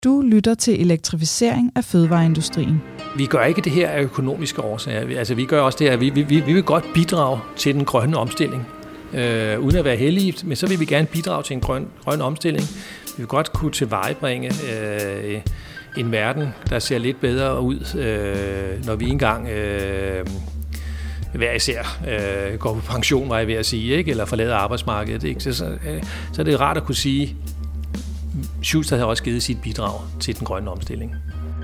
Du lytter til elektrificering af fødevareindustrien. Vi gør ikke det her af økonomiske årsager. Altså, vi gør også det her. Vi vil godt bidrage til den grønne omstilling. Uden at være heldige, men så vil vi gerne bidrage til en grøn omstilling. Vi vil godt kunne tilvejebringe en verden, der ser lidt bedre ud, når vi engang hver især går på pension, var jeg ved at sige, ikke? Eller forlader arbejdsmarkedet. Ikke? Så er det rart at kunne sige, Schultz har også givet sit bidrag til den grønne omstilling.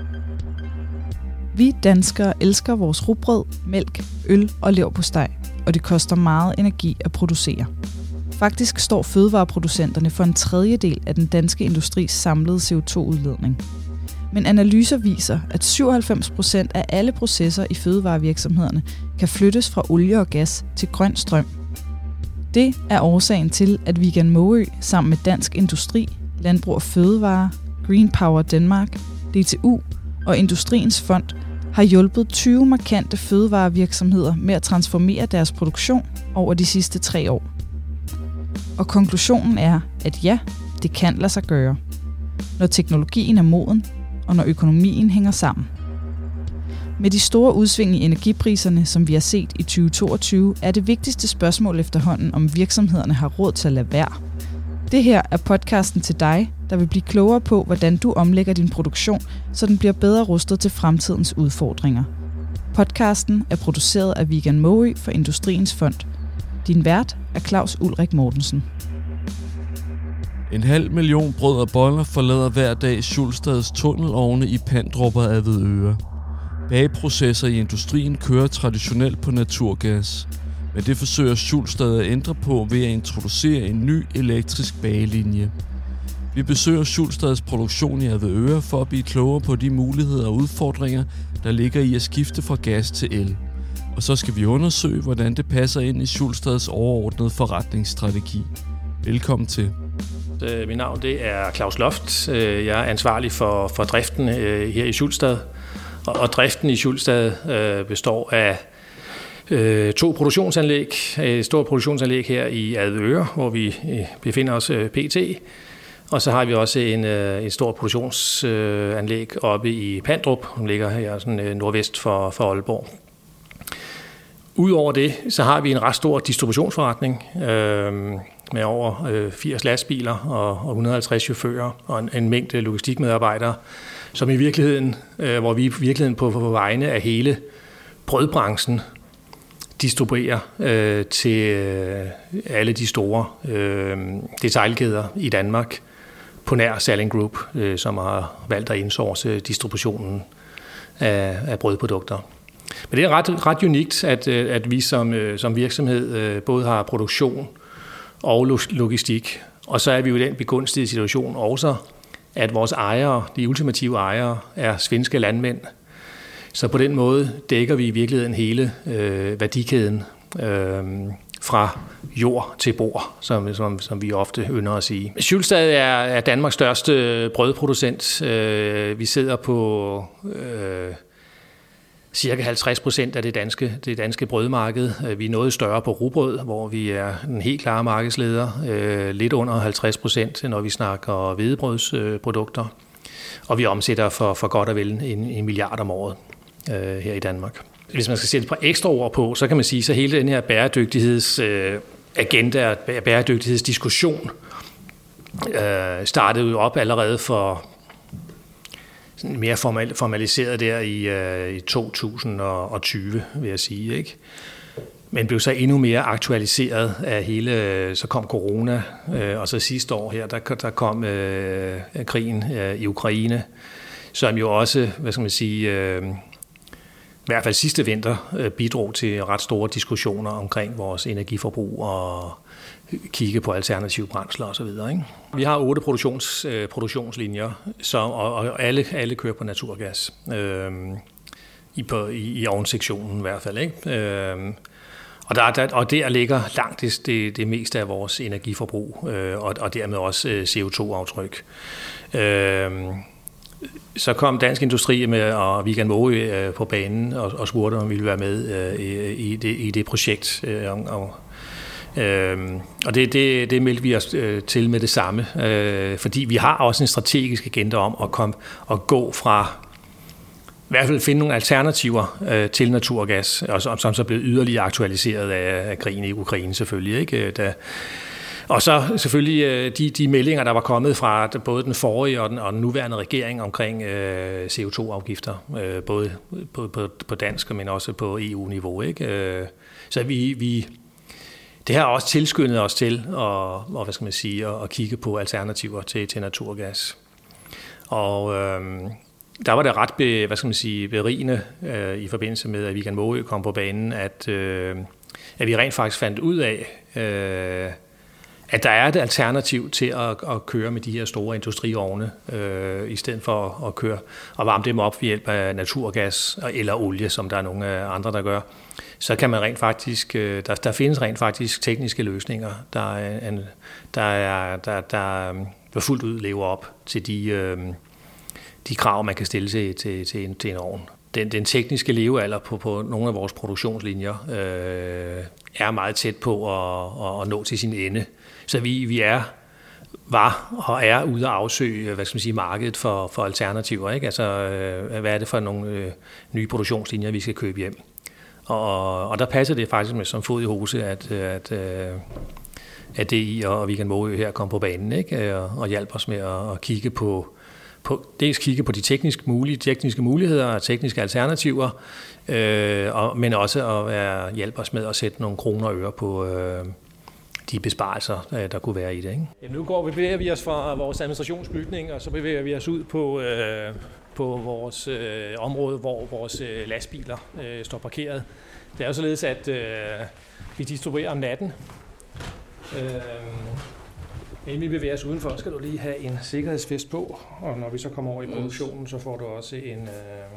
Vi danskere elsker vores rugbrød, mælk, øl og leverpostej, og det koster meget energi at producere. Faktisk står fødevareproducenterne for en tredjedel af den danske industris samlede CO2-udledning. Men analyser viser, at 97% af alle processer i fødevarevirksomhederne kan flyttes fra olie og gas til grøn strøm. Det er årsagen til, at Vigan Mågø sammen med Dansk Industri, Landbrug og Fødevare, Green Power Denmark, DTU og Industriens Fond har hjulpet 20 markante fødevarevirksomheder med at transformere deres produktion over de sidste 3 år. Og konklusionen er, at ja, det kan lade sig gøre, når teknologien er moden, og når økonomien hænger sammen. Med de store udsving i energipriserne, som vi har set i 2022, er det vigtigste spørgsmål efterhånden, om virksomhederne har råd til at lade være. Det her er podcasten til dig, der vil blive klogere på, hvordan du omlægger din produktion, så den bliver bedre rustet til fremtidens udfordringer. Podcasten er produceret af Vigan Mågø for Industriens Fond. Din vært er Claus Ulrik Mortensen. 500.000 brød og boller forlader hver dag Schultz tunnelovne i Pandrup og Avedøre. Bageprocesser i industrien kører traditionelt på naturgas, men det forsøger Schultz at ændre på ved at introducere en ny elektrisk bagelinje. Vi besøger Schultz produktion i Avedøre for at blive klogere på de muligheder og udfordringer, der ligger i at skifte fra gas til el. Og så skal vi undersøge, hvordan det passer ind i Schultz overordnede forretningsstrategi. Velkommen til. Mit navn det er Claus Loft. Jeg er ansvarlig for driften her i Schultz. Og driften i Schultz består af 2 produktionsanlæg. Et stort produktionsanlæg her i Avedøre, hvor vi befinder os pt. Og så har vi også et stort produktionsanlæg oppe i Pandrup, som ligger her sådan nordvest for Aalborg. Udover det, så har vi en ret stor distributionsforretning med over 80 lastbiler og 150 chauffører og en mængde logistikmedarbejdere, som i virkeligheden, hvor vi i virkeligheden på vegne af hele brødbranchen distribuerer til alle de store detailkæder i Danmark på nær Salling Group, som har valgt at indsource distributionen af brødprodukter. Men det er ret unikt, at vi som virksomhed både har produktion og logistik, og så er vi jo i den begunstigede situation også, at vores ejere, de ultimative ejere, er svenske landmænd. Så på den måde dækker vi i virkeligheden hele værdikæden fra jord til bord, som vi ofte ynder at sige. Schultz er Danmarks største brødproducent. Vi sidder på cirka 50% af det danske brødmarked. Vi er noget større på rugbrød, hvor vi er en helt klare markedsleder. Lidt under 50%, når vi snakker hvedebrødsprodukter. Og vi omsætter for godt og vel 1 milliard om året her i Danmark. Hvis man skal sætte et par ekstra ord på, så kan man sige, så hele den her bæredygtighedsagenda, bæredygtighedsdiskussion startede jo op allerede for mere formaliseret der i 2020, vil jeg sige, ikke? Men blev så endnu mere aktualiseret af så kom corona, og så sidste år her, der kom krigen i Ukraine, som jo også, i hvert fald sidste vinter, bidrog til ret store diskussioner omkring vores energiforbrug og kigge på alternative brændsler osv. Vi har 8 produktionslinjer, og alle kører på naturgas. I ovnsektionen i hvert fald. Ikke? Og der ligger langt det meste af vores energiforbrug, og dermed også CO2-aftryk. Så kom Dansk Industri og Vigan Mågø på banen og spurgte, om vi ville være med i det projekt Og det meldte vi os til med det samme, fordi vi har også en strategisk agenda om at gå fra, i hvert fald finde nogle alternativer til naturgas, og som så blev yderligere aktualiseret af krigen i Ukraine selvfølgelig, ikke? Og så selvfølgelig de meldinger, der var kommet fra både den forrige og den nuværende regering omkring CO2-afgifter, både på dansk, men også på EU-niveau, ikke? Så det har også tilskyndet os til at kigge på alternativer til naturgas. Og der var det ret berigende i forbindelse med, at Vigan Måø kom på banen, at vi rent faktisk fandt ud af, at der er et alternativ til at køre med de her store industriovne, i stedet for at køre og varme dem op ved hjælp af naturgas eller olie, som der er nogle andre, der gør. Så kan man rent faktisk, der findes rent faktisk tekniske løsninger, der fuldt ud lever op til de krav, man kan stille til en ovn. Den tekniske levealder på nogle af vores produktionslinjer er meget tæt på at nå til sin ende. Så vi var og er ude at afsøge, markedet for alternativer, ikke? Altså, hvad er det for nogle nye produktionslinjer, vi skal købe hjem? Og der passer det faktisk med som fod i hose, at DI og Vigan Måø her kom på banen, ikke? Og hjalp os med at kigge på de tekniske muligheder og tekniske alternativer, men også at hjælpe os med at sætte nogle kroner og øre på de besparelser, der kunne være i det, ikke? Jamen, nu bevæger vi os fra vores administrationsbygning, og så bevæger vi os ud på vores område, hvor vores lastbiler står parkeret. Det er jo således, at vi distribuerer om natten. Inden vi bevæger os udenfor, skal du lige have en sikkerhedsvest på, og når vi så kommer over i produktionen, så får du også en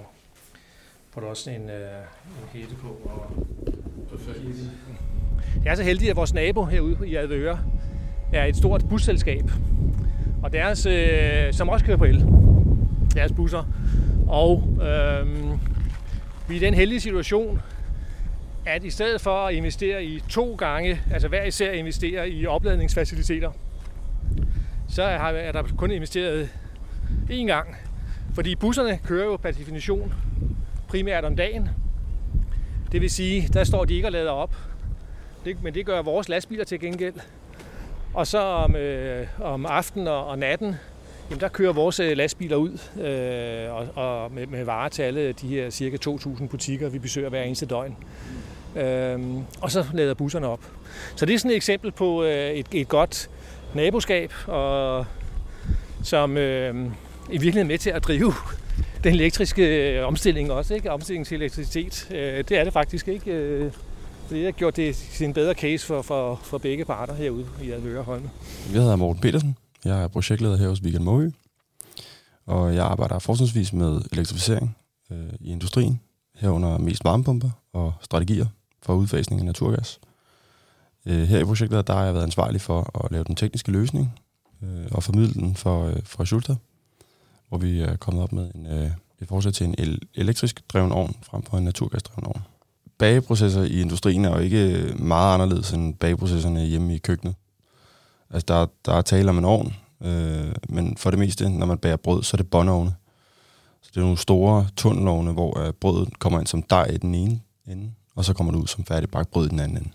hætte på. Perfekt. Jeg er så heldig, at vores nabo herude i Avedøre er et stort busselskab, og deres, som også kører på el, deres busser. Og vi er i den heldige situation, at i stedet for at investere i 2 gange, altså hver især investere i opladningsfaciliteter, så er der kun investeret 1 gang. Fordi busserne kører jo per definition primært om dagen. Det vil sige, der står de ikke og lader op. Men det gør vores lastbiler til gengæld. Og så om aftenen og natten, jamen der kører vores lastbiler ud og med varer til alle de her cirka 2.000 butikker, vi besøger hver eneste døgn. Og så lader busserne op. Så det er sådan et eksempel på et godt naboskab, og som i virkeligheden er med til at drive den elektriske omstilling også, ikke? Omstilling til elektricitet. Det er det faktisk ikke. Det har gjort det til en bedre case for begge parter herude i Avedøre Holme. Jeg hedder Morten Petersen. Jeg er projektleder her hos Vigan Måø, og jeg arbejder forskningsvis med elektrificering i industrien, herunder mest varmepumper og strategier for udfasning af naturgas. Her i projektet der har jeg været ansvarlig for at lave den tekniske løsning og formidle den fra Schulstad, hvor vi er kommet op med et forslag til en elektrisk dreven ovn frem for en naturgasdreven ovn. Bageprocesser i industrien er jo ikke meget anderledes end bageprocesserne hjemme i køkkenet. Altså der er tale om en ovn, men for det meste, når man bager brød, så er det båndovne. Så det er nogle store tunnelovne, hvor brødet kommer ind som dej i den ene ende, og så kommer det ud som færdigbagt brød i den anden ende.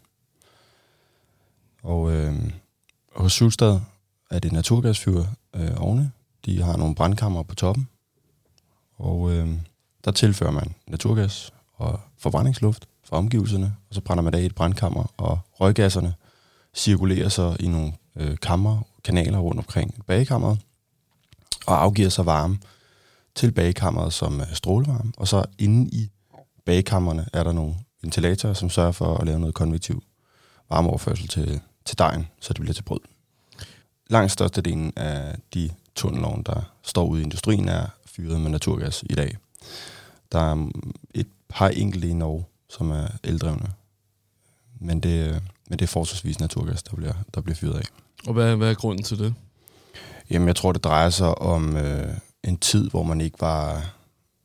Og hos Schulstad er det naturgasfyrede ovne. De har nogle brandkammer på toppen, og der tilfører man naturgas og forbrændingsluft fra omgivelserne, og så brænder man det af i et brandkammer, og røggasserne cirkulerer så i nogle kanaler rundt omkring bagekammeret, og afgiver sig varme til bagekammeret som strålevarme, og så inde i bagekammerne er der nogle ventilatorer, som sørger for at lave noget konvektiv varmeoverførsel til dejen, så det bliver til brød. Langt størstedelen af de tunnelovne, der står ude i industrien, er fyret med naturgas i dag. Der er et par enkelte i Norge, som er eldrevne, men det er forholdsvis naturgas, der bliver fyret af. Og hvad er grunden til det? Jamen, jeg tror, det drejer sig om en tid, hvor man ikke var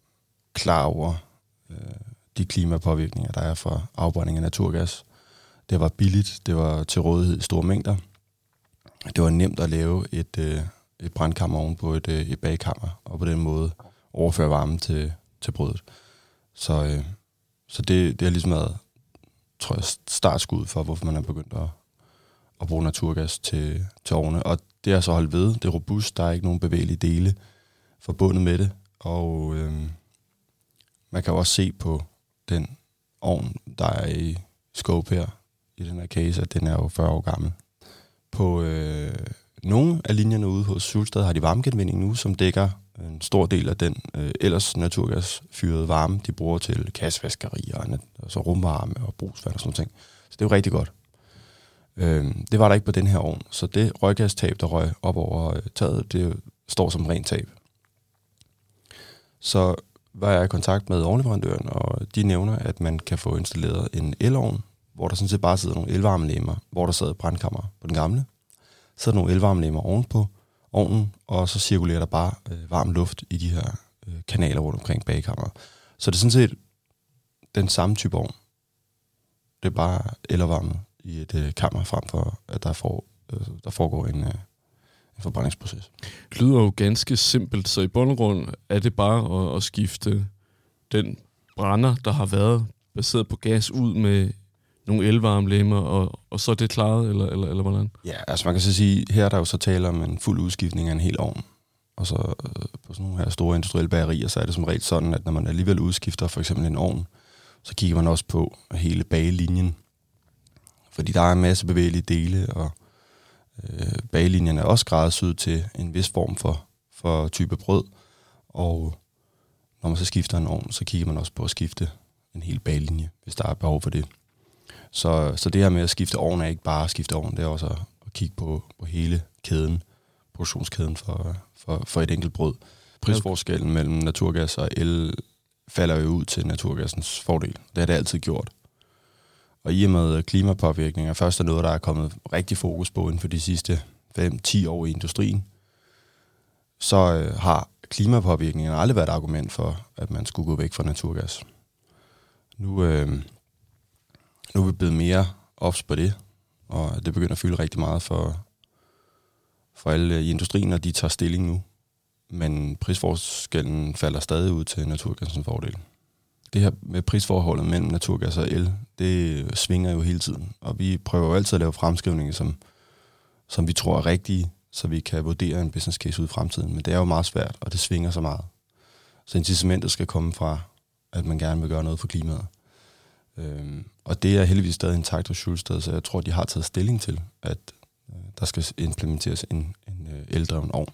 klar over de klimapåvirkninger, der er fra afbrænding af naturgas. Det var billigt, det var til rådighed i store mængder. Det var nemt at lave et brandkammer oven på et bagkammer, og på den måde overføre varme til brødet. Så det har ligesom været, tror jeg, startskud for, hvorfor man er begyndt at bruge naturgas til ovne. Og det er så holdt ved. Det er robust. Der er ikke nogen bevægelige dele forbundet med det. Og man kan også se på den ovn, der er i scope her, i den her case, at den er jo 40 år gammel. På nogle af linjerne ude hos Sulsted har de varmegenvinding nu, som dækker en stor del af den ellers naturgasfyrede varme, de bruger til kassevaskeri og så rumvarme og brugsvand og sådan noget. Så det er jo rigtig godt. Det var der ikke på den her ovn, så det røggastab, der røg op over taget, det står som rent tab. Så var jeg i kontakt med ovnleverandøren, og de nævner, at man kan få installeret en elovn, hvor der sådan set bare sidder nogle elvarmelemmer, hvor der sad brandkammer på den gamle. Så er der nogle elvarmelemmer ovenpå ovnen, og så cirkulerer der bare varm luft i de her kanaler rundt omkring bagkammeret. Så det er sådan set den samme type ovn. Det er bare elvarme i et kammer, frem for at der foregår en forbrændingsproces. Det lyder jo ganske simpelt, så i bund og grund er det bare at skifte den brænder, der har været baseret på gas, ud med nogle elvarmelemmer, og så er det klaret, eller hvordan? Ja, altså man kan så sige, her er der jo så tale om en fuld udskiftning af en hel ovn. Og så på sådan nogle her store industrielle bagerier, så er det som regel sådan, at når man alligevel udskifter for eksempel en ovn, så kigger man også på hele bagelinjen. Fordi der er en masse bevægelige dele, og bagelinjen er også skræddersyet til en vis form for type brød. Og når man så skifter en ovn, så kigger man også på at skifte en hel bagelinje, hvis der er behov for det. Så det her med at skifte ovn er ikke bare at skifte ovn, det er også at kigge på hele kæden, produktionskæden for et enkelt brød. Prisforskellen mellem naturgas og el falder jo ud til naturgassens fordel. Det har det altid gjort. Og i og med klimapåvirkninger først er noget, der er kommet rigtig fokus på inden for de sidste 5-10 år i industrien, så har klimapåvirkninger aldrig været et argument for, at man skulle gå væk fra naturgas. Nu er vi blevet mere ops på det, og det begynder at fylde rigtig meget for alle i industrien, når de tager stilling nu. Men prisforskellen falder stadig ud til naturgassens fordel. Det her med prisforholdet mellem naturgas og el, det svinger jo hele tiden. Og vi prøver jo altid at lave fremskrivninger, som vi tror er rigtige, så vi kan vurdere en business case ud i fremtiden. Men det er jo meget svært, og det svinger så meget. Så incitamentet skal komme fra, at man gerne vil gøre noget for klimaet. Og det er heldigvis stadig intakt hos Sulsted, så jeg tror, de har taget stilling til, at der skal implementeres en eldreven ovn.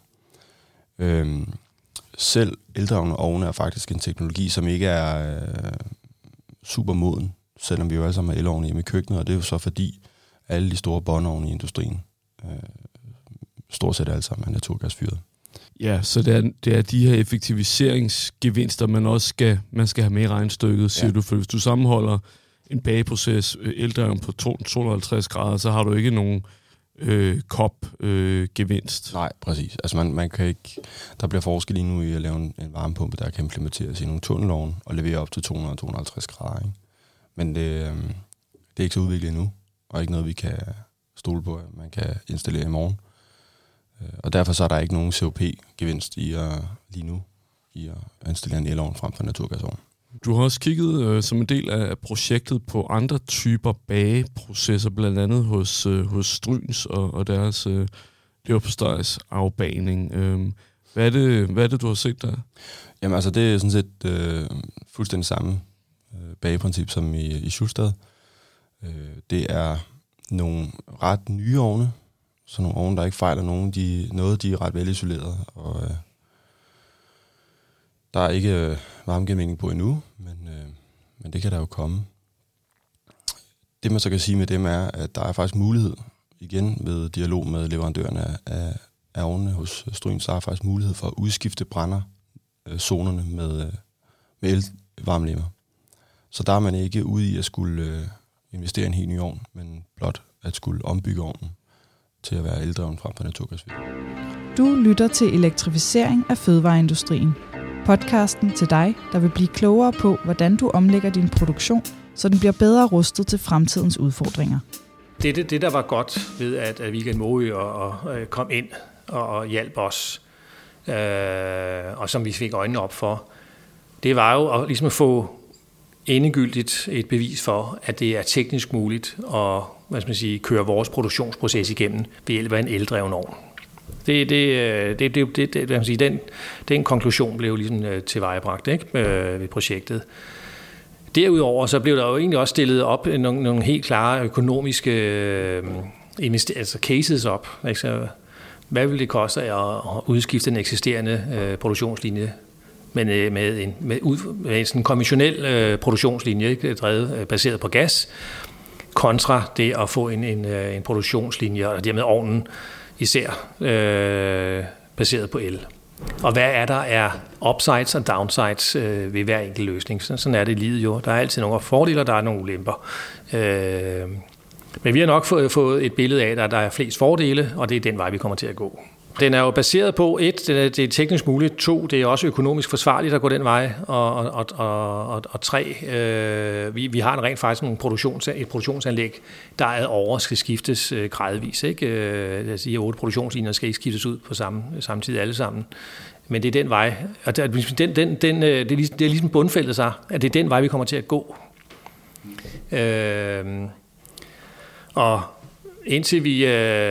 Selv eldrevne ovne er faktisk en teknologi, som ikke er super moden, selvom vi jo alle sammen har elovne hjemme i køkkenet, og det er jo så fordi alle de store båndovne i industrien stort set alle sammen er naturgasfyret. Ja, så det er de her effektiviseringsgevinster, man skal have med i regnstykket, siger du. For hvis du sammenholder en bageproces eldreven på 250 grader, så har du ikke nogen gevinst. Nej, præcis. Altså man kan ikke. Der bliver forskel lige nu i at lave en varmepumpe, der kan implementeres i nogle tunnelovne og levere op til 200-250 grader. Ikke? Men det er ikke så udviklet endnu, og ikke noget, vi kan stole på, at man kan installere i morgen. Og derfor så er der ikke nogen COP-gevinst lige nu i at installere en elovn frem for en naturgasovn. Du har også kigget som en del af projektet på andre typer bageprocesser, blandt andet hos Stryns og deres leverpostejs afbagning. Hvad er det, du har set der? Jamen altså, det er sådan set fuldstændig samme bageprincip som i Sulsted. Det er nogle ret nye ovne, så nogle ovne, der ikke fejler nogen. De er ret velisoleret, og der er ikke varmegenvinding på endnu, men det kan der jo komme. Det man så kan sige med dem er, at der er faktisk mulighed, igen ved dialog med leverandørerne af ovnene hos Stryns, så er faktisk mulighed for at udskifte brænderzonerne med elvarmelemmer. Så der er man ikke ude i at skulle investere i en helt ny ovn, men blot at skulle ombygge ovnen til at være eldreven frem for naturgasfyr. Du lytter til Elektrificering af fødevareindustrien. Podcasten til dig, der vil blive klogere på, hvordan du omlægger din produktion, så den bliver bedre rustet til fremtidens udfordringer. Det der var godt ved, at Weekend Måge kom ind og hjalp os, og som vi fik øjnene op for, det var jo at, ligesom at få endegyldigt et bevis for, at det er teknisk muligt at køre vores produktionsproces igennem ved hjælp af en eldreven ovn. Den konklusion blev ligesom tilvejebragt, ikke, ved projektet. Derudover så blev der jo egentlig også stillet op nogle helt klare økonomiske cases op. Ikke? Så, hvad vil det koste at udskifte den eksisterende produktionslinje med en sådan konventionel produktionslinje, ikke, baseret på gas, kontra det at få en produktionslinje, og dermed ovnen især baseret på el. Og hvad er der af upsides og downsides ved hver enkelt løsning? Sådan er det i livet jo. Der er altid nogle fordele, og der er nogle ulemper. Men vi har nok fået et billede af, at der er flest fordele, og det er den vej, vi kommer til at gå. Den er jo baseret på, 1, det er teknisk muligt, 2, det er også økonomisk forsvarligt at gå den vej, og 3, vi har rent faktisk et produktionsanlæg, der er over skal skiftes gradvis. Ikke? Jeg siger, 8 produktionslinjer skal ikke skiftes ud på samtidig alle sammen. Men det er den vej, og det er ligesom bundfældet sig, at det er den vej, vi kommer til at gå. Og indtil vi...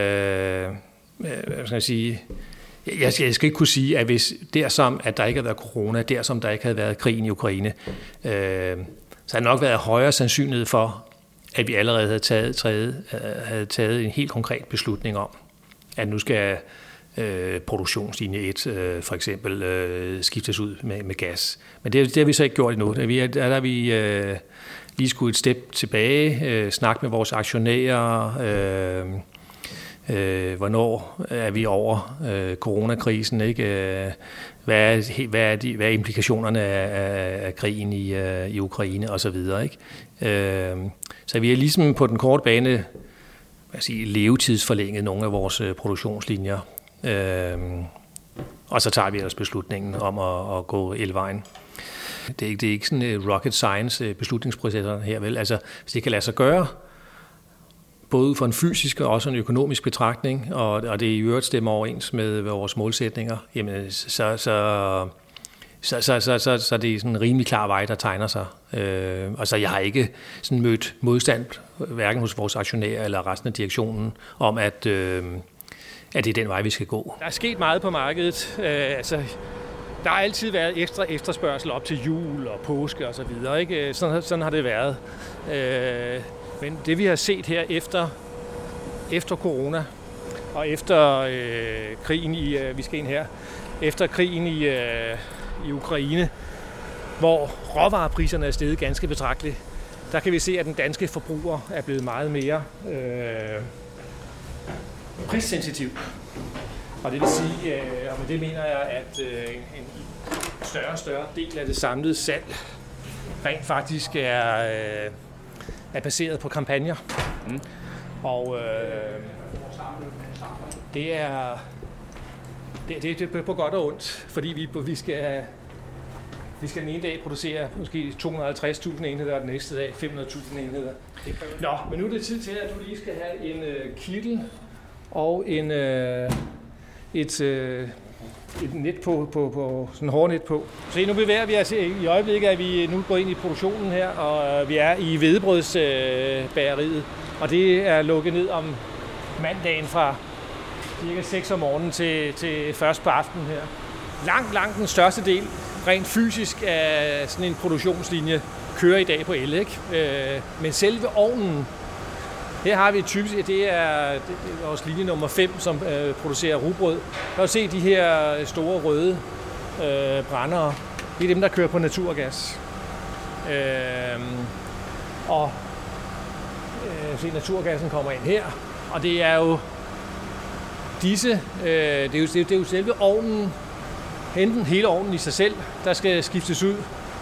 Jeg skal ikke kunne sige, at hvis dersom, at der ikke havde været corona, dersom der ikke havde været krigen i Ukraine, så havde nok været højere sandsynlighed for, at vi allerede havde taget en helt konkret beslutning om, at nu skal produktionslinje 1 for eksempel skiftes ud med gas. Men det har vi så ikke gjort endnu. Der har vi lige skudt et step tilbage, snakke med vores aktionærer, hvornår er vi over coronakrisen, ikke? Hvad er implikationerne af krigen i Ukraine og så videre, ikke? Så vi er ligesom på den korte bane levetidsforlænget nogle af vores produktionslinjer, og så tager vi ellers beslutningen om at gå elvejen. Det er ikke sådan en rocket science beslutningsprocesser her, vel? Altså, hvis det kan lade sig gøre, både for en fysisk og også en økonomisk betragtning, og det i øvrigt stemmer overens med vores målsætninger, jamen så er det sådan en rimelig klar vej, der tegner sig. Altså jeg har ikke sådan mødt modstand, hverken hos vores aktionærer eller resten af direktionen, om at det er den vej, vi skal gå. Der er sket meget på markedet. Der har altid været ekstra efterspørgsel op til jul og påske og så videre, ikke? Sådan har det været. Men det vi har set her efter corona og efter krigen efter krigen i Ukraine, hvor råvarepriserne er steget ganske betragteligt, der kan vi se, at den danske forbruger er blevet meget mere prissensitiv. Og det vil sige, og med det mener jeg, at en større og større del af det samlede salg rent faktisk er baseret på kampagner. Og det er på godt og ondt, fordi vi skal den ene dag producere måske 250.000 enheder, og den næste dag 500.000 enheder. Nå, men nu er det tid til, at du lige skal have en kittel og et net på sådan en hårnet på. Så nu bevæger vi os i øjeblikket, at vi nu går ind i produktionen her, og vi er i hvedebrødsbageriet, og det er lukket ned om mandagen fra cirka 6 om morgenen til først på aftenen her. Langt den største del, rent fysisk, af sådan en produktionslinje kører i dag på el, ikke? Men selve ovnen, her har vi typisk, det er vores linje nummer 5, som producerer rugbrød. Der kan du se de her store røde brændere. Det er dem, der kører på naturgas. Se, naturgassen kommer ind her, og det er jo disse, det er jo selve ovnen, enten hele ovnen i sig selv, der skal skiftes ud,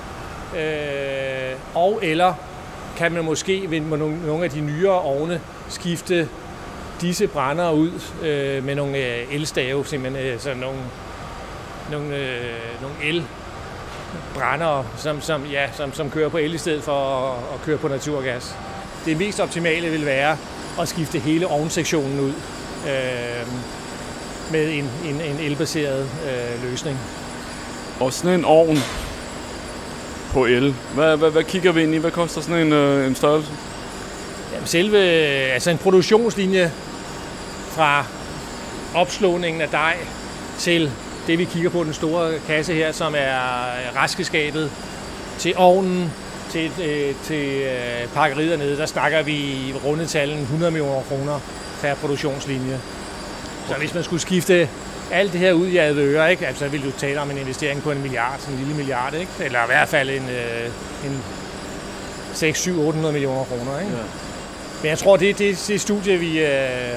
og eller kan man måske ved nogle af de nyere ovne skifte disse brændere ud med nogle elstave, simpelthen sådan nogle brændere, som kører på el i stedet for at køre på naturgas. Det mest optimale vil være at skifte hele ovnsektionen ud med en elbaseret løsning. Og sådan en ovn på el, hvad kigger vi ind i? Hvad koster sådan en størrelse? Jamen en produktionslinje fra opslåningen af dej til det, vi kigger på, den store kasse her, som er raskeskabet, til ovnen, til pakkeriet dernede, der snakker vi i rundetallen 100 millioner kroner per produktionslinje. Så hvis man skulle skifte alt det her ud i Avedøre, ikke, altså, så ville du tale om en investering på 1 milliard, sådan en lille milliard, ikke? Eller i hvert fald en 600-800 millioner kroner. Ikke? Ja. Men jeg tror, det studie,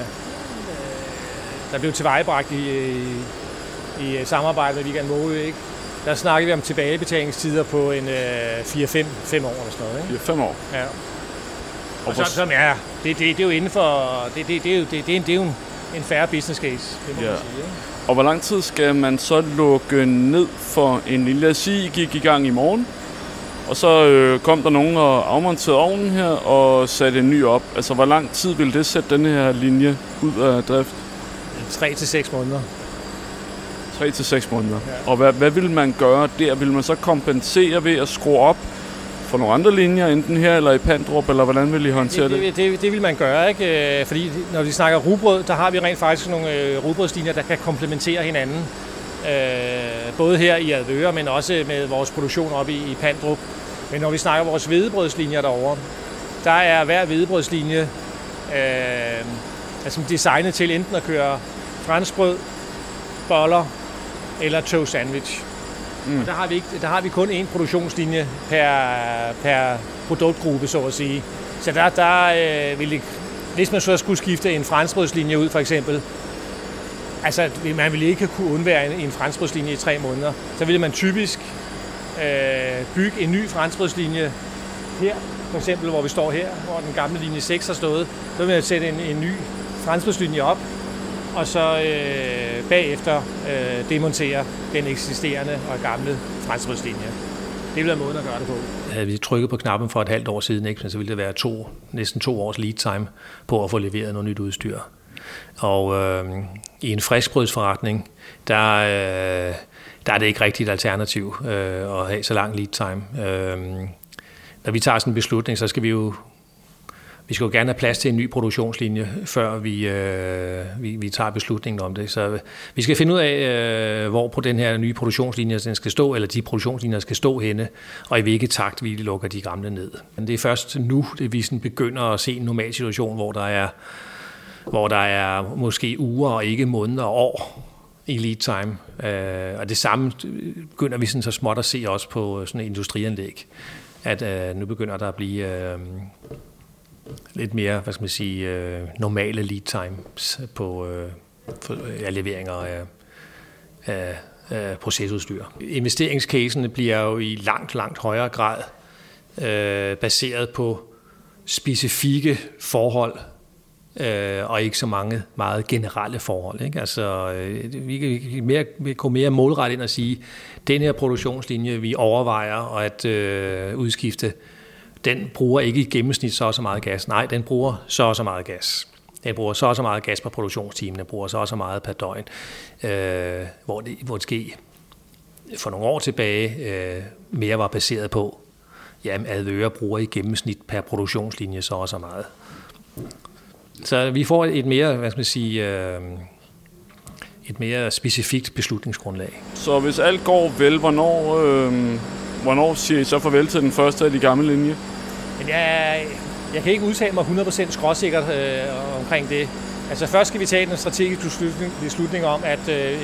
der blev tilvejebragt i samarbejde med Vigand Måge, ikke? Der snakker vi om tilbagebetalingstider på en 4-5 år eller sådan noget. Ikke? 4-5 år? Ja. Og som det er jo inden for... Det er jo en fair business case, det må man sige. Ikke? Og hvor lang tid skal man så lukke ned for en lille... Lad os sige, I gik i gang i morgen, og så kom der nogen og afmonterede ovnen her og satte en ny op. Altså, hvor lang tid vil det sætte den her linje ud af drift? 3-6 måneder. 3-6 måneder. Ja. Og hvad vil man gøre der? Vil man så kompensere ved at skrue op for nogle andre linjer, enten her eller i Pandrup, eller hvordan vil I håndtere det? Det vil man gøre, ikke? Fordi når vi snakker rugbrød, der har vi rent faktisk nogle rugbrødslinjer, der kan komplementere hinanden. Både her i Avedøre, men også med vores produktion oppe i Pandrup. Men når vi snakker vores hvedebrødslinjer derovre, der er hver hvedebrødslinje designet til enten at køre franskbrød, boller eller toast sandwich. Og der har vi kun én produktionslinje per produktgruppe, så at sige. Så der vil det, hvis man så skulle skifte en franskbrødslinje ud, for eksempel, altså man ville ikke kunne undvære en franskbrødslinje i 3 måneder. Så ville man typisk bygge en ny franskbrødslinje her, for eksempel, hvor vi står her, hvor den gamle linje 6 har stået. Så vil man sætte en ny franskbrødslinje op, og så bagefter demontere den eksisterende og gamle franskbrødslinje. Det vil være måden at gøre det på. Havde vi trykket på knappen for et halvt år siden, ikke, så ville det være næsten 2 års lead time på at få leveret noget nyt udstyr. Og i en friskbrødsforretning, der er det ikke rigtigt et alternativ at have så lang lead time. Når vi tager sådan en beslutning, så skal vi skal jo gerne have plads til en ny produktionslinje, før vi tager beslutningen om det. Så vi skal finde ud af, hvor på den her nye produktionslinje den skal stå, eller de produktionslinjer skal stå henne, og i hvilket takt vi lukker de gamle ned. Men det er først nu, at vi sådan begynder at se en normal situation, hvor der er måske uger og ikke måneder og år i lead time. Og det samme begynder vi sådan så småt at se også på sådan et industrianlæg, at nu begynder der at blive lidt mere, normale lead times på leveringer af procesudstyr. Investeringscasen bliver jo i langt højere grad baseret på specifikke forhold, og ikke så meget generelle forhold. Ikke? Altså, vi kan gå mere målrettet ind og sige, den her produktionslinje, vi overvejer at udskifte, den bruger ikke i gennemsnit så meget gas. Nej, den bruger så meget gas. Den bruger så meget gas per produktionsteam, den bruger så meget per døgn. Hvor det måske for nogle år tilbage mere var baseret på, jamen Avedøre bruger i gennemsnit per produktionslinje så meget. Så vi får et mere, et mere specifikt beslutningsgrundlag. Så hvis alt går vel, hvornår siger I så farvel til den første af de gamle linjer? Men jeg kan ikke udtale mig 100% skråsikkert omkring det. Altså først skal vi tage en strategisk beslutning om, at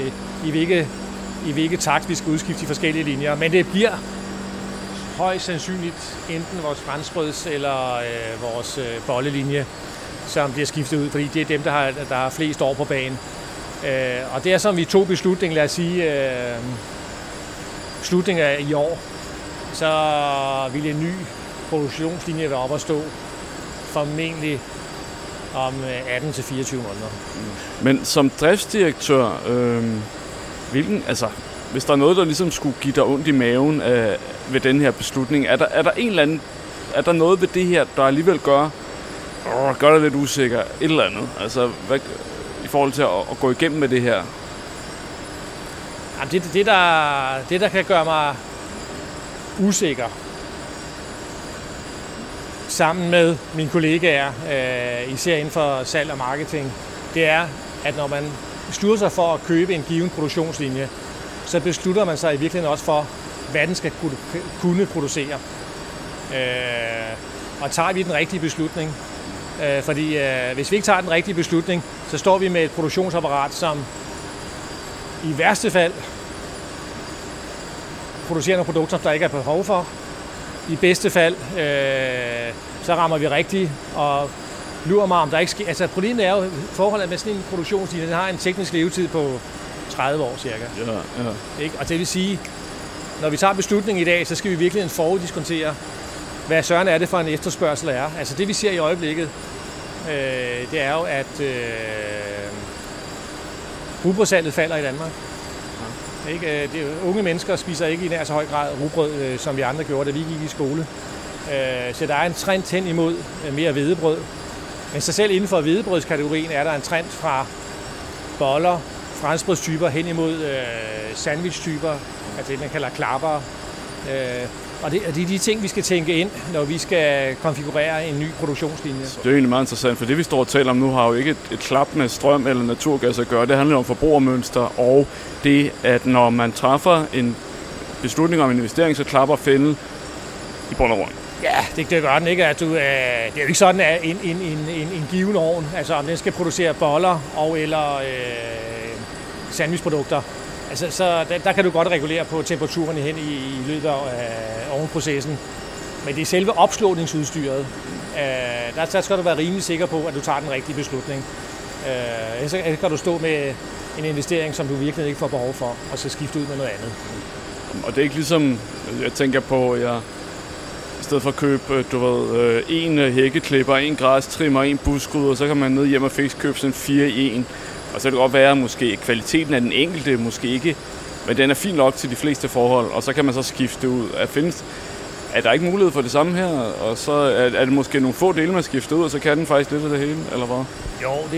i hvilket takt vi skal udskifte de forskellige linjer. Men det bliver højst sandsynligt enten vores franskbrøds eller vores bollelinje, som bliver skiftet ud, fordi det er dem, der har flest år på banen. Og det er som vi tog beslutningen, lad os sige, slutningen af i år, så ville en ny produktionslinje være oppe at stå formentlig om 18-24 måneder. Men som driftsdirektør, hvis der er noget, der ligesom skulle give dig ondt i maven ved den her beslutning, er der noget ved det her, der alligevel gør dig lidt usikker, et eller andet? Altså, i forhold til at gå igennem med det her? Jamen, det, der kan gøre mig usikker, sammen med mine kollegaer, især inden for salg og marketing, det er, at når man beslutter sig for at købe en given produktionslinje, så beslutter man sig i virkeligheden også for, hvad den skal kunne producere. Og tager vi den rigtige beslutning? Fordi hvis vi ikke tager den rigtige beslutning, så står vi med et produktionsapparat, som i værste fald producerer nogle produkter, der ikke er behov for. I bedste fald, så rammer vi rigtigt, og lurer mig, om der ikke sker. Altså, problemet er jo forholdet med sådan en produktionslinje, den har en teknisk levetid på 30 år cirka. Ja. Ikke? Og det vil sige, når vi tager beslutningen i dag, så skal vi virkelig foruddiskontere, hvad søren er det for en efterspørgsel er. Altså det vi ser i øjeblikket, det er jo, at rugbrødssalget falder i Danmark. Ja. Ikke? Unge mennesker spiser ikke i nær så høj grad rugbrød, som vi andre gjorde, da vi gik i skole. Så der er en trend hen imod mere hvedebrød. Men så selv inden for hvedebrødskategorien er der en trend fra boller, franskbrødstyper hen imod sandwich-typer, altså det man kalder klapper. Og det er de ting, vi skal tænke ind, når vi skal konfigurere en ny produktionslinje. Det er jo egentlig meget interessant, for det vi står og taler om nu har jo ikke et klap med strøm eller naturgas at gøre. Det handler om forbrugermønster og det, at når man træffer en beslutning om investering, så klapper fælden i bund og grund. Ja, det gør den ikke. Det er jo ikke sådan, at en given ovn, altså om den skal producere boller og eller sandwichprodukter, altså, så der kan du godt regulere på temperaturen hen i løbet af ovnprocessen. Men det er selve opslåningsudstyret. Der skal du være rimelig sikker på, at du tager den rigtige beslutning. Så kan du stå med en investering, som du virkelig ikke får behov for, og så skifte ud med noget andet. Og det er ikke ligesom, jeg tænker på, i stedet for at købe, en hækkeklipper, en græstrimmer, en buskrydder, så kan man ned hjem og fiks købe sådan 4 i 1. Og så kan det godt være, at måske kvaliteten af den enkelte, måske ikke, men den er fin nok til de fleste forhold, og så kan man så skifte ud. Er der ikke mulighed for det samme her, og så er det måske nogle få dele, man skifter ud, og så kan den faktisk lidt af det hele, eller hvad? Jo,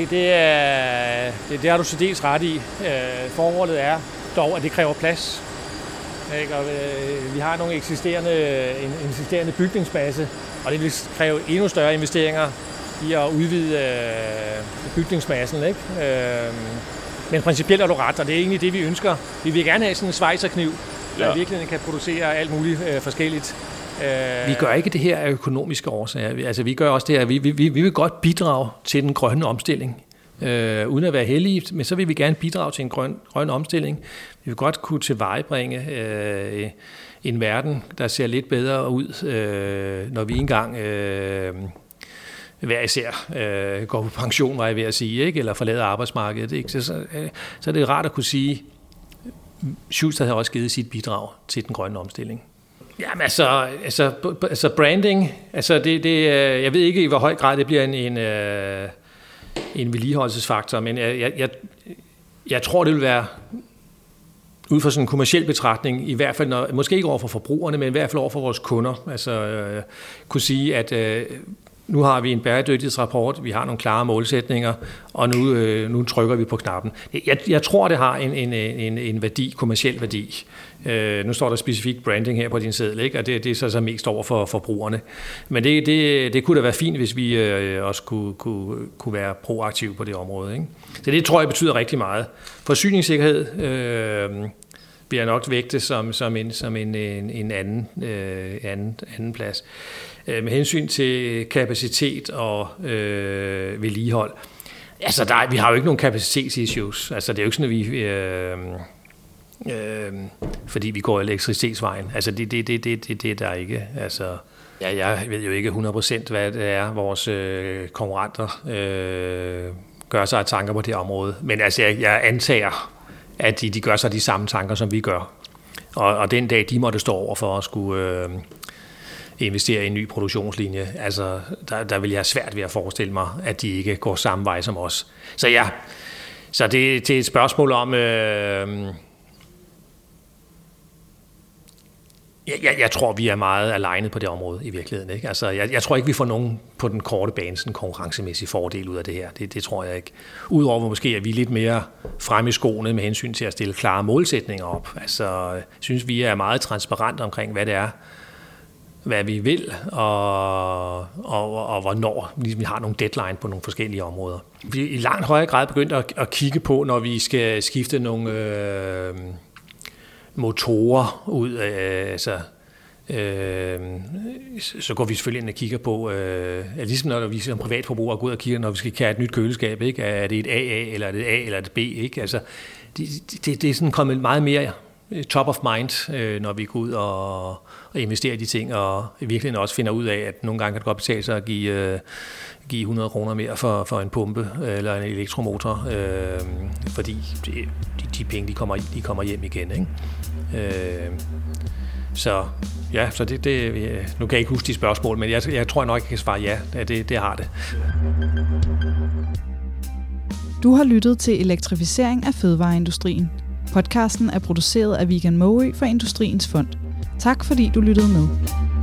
det har du til dels ret i. Forholdet er dog, at det kræver plads. Og vi har nogle eksisterende bygningsmasse, og det vil kræve endnu større investeringer i at udvide bygningsmassen. Ikke? Men principielt er du ret, og det er egentlig det, vi ønsker. Vi vil gerne have sådan en schweizerkniv, der virkelig kan producere alt muligt forskelligt. Vi gør ikke det her af økonomiske årsager. Altså, vi gør også det her. Vi vil godt bidrage til den grønne omstilling. Uden at være heldige, men så vil vi gerne bidrage til en grøn omstilling. Vi vil godt kunne tilvejebringe en verden, der ser lidt bedre ud, når vi engang hver især går på pension, var jeg ved at sige, ikke? Eller forlader arbejdsmarkedet. Ikke? Så er det rart at kunne sige, Schulstad har også givet sit bidrag til den grønne omstilling. Jamen altså branding, altså jeg ved ikke i hvor høj grad det bliver en vedligeholdelsesfaktor, men jeg tror, det vil være ud fra sådan en kommerciel betragtning, i hvert fald, måske ikke over for forbrugerne, men i hvert fald over for vores kunder. Altså kunne sige, at nu har vi en bæredygtighedsrapport, vi har nogle klare målsætninger, og nu trykker vi på knappen. Jeg tror, det har en værdi, kommerciel værdi. Nu står der specifikt branding her på din seddel, ikke? Og det er så mest over for forbrugerne. Men det kunne da være fint, hvis vi også kunne være proaktive på det område. Ikke? Så det tror jeg betyder rigtig meget. Forsyningssikkerhed bliver nok vægtet som en anden plads. Med hensyn til kapacitet og vedligehold. Altså, vi har jo ikke nogen kapacitetsissues. Altså, det er jo ikke sådan, at vi... fordi vi går elektricitetsvejen. Altså, det er der ikke. Altså, jeg ved jo ikke 100% hvad det er, vores konkurrenter gør sig af tanker på det område. Men altså, jeg antager, at de gør sig de samme tanker, som vi gør. Og den dag, de måtte stå over for at skulle investere i en ny produktionslinje, altså, der vil jeg have svært ved at forestille mig, at de ikke går samme vej som os. Så det er et spørgsmål om Jeg tror, vi er meget alignet på det område i virkeligheden. Ikke? Altså, jeg tror ikke, vi får nogen på den korte bane sådan en konkurrencemæssig fordel ud af det her. Det tror jeg ikke. Udover hvor måske er vi lidt mere fremme i skoene med hensyn til at stille klare målsætninger op. Altså, jeg synes, vi er meget transparente omkring, hvad det er, hvad vi vil, og hvornår vi har nogle deadline på nogle forskellige områder. Vi er i langt højere grad begyndt at kigge på, når vi skal skifte nogle motorer ud af, så går vi selvfølgelig ind og kigger på, ligesom når vi som privatforbrugere går ud og kigger, når vi skal have et nyt køleskab, ikke? Er det et AA, eller er det et A, eller er det B? Ikke? Altså, det er sådan kommet meget mere top of mind, når vi går ud og investerer i de ting, og i virkeligheden også finder ud af, at nogle gange kan det godt betale sig at give 100 kroner mere for en pumpe eller en elektromotor, fordi de penge, de kommer hjem igen. Ikke? Så det, nu kan jeg ikke huske de spørgsmål, men jeg tror nok, jeg kan svare ja, det har det. Du har lyttet til Elektrificering af fødevareindustrien. Podcasten er produceret af Vigan Mågø for Industriens Fond. Tak fordi du lyttede med.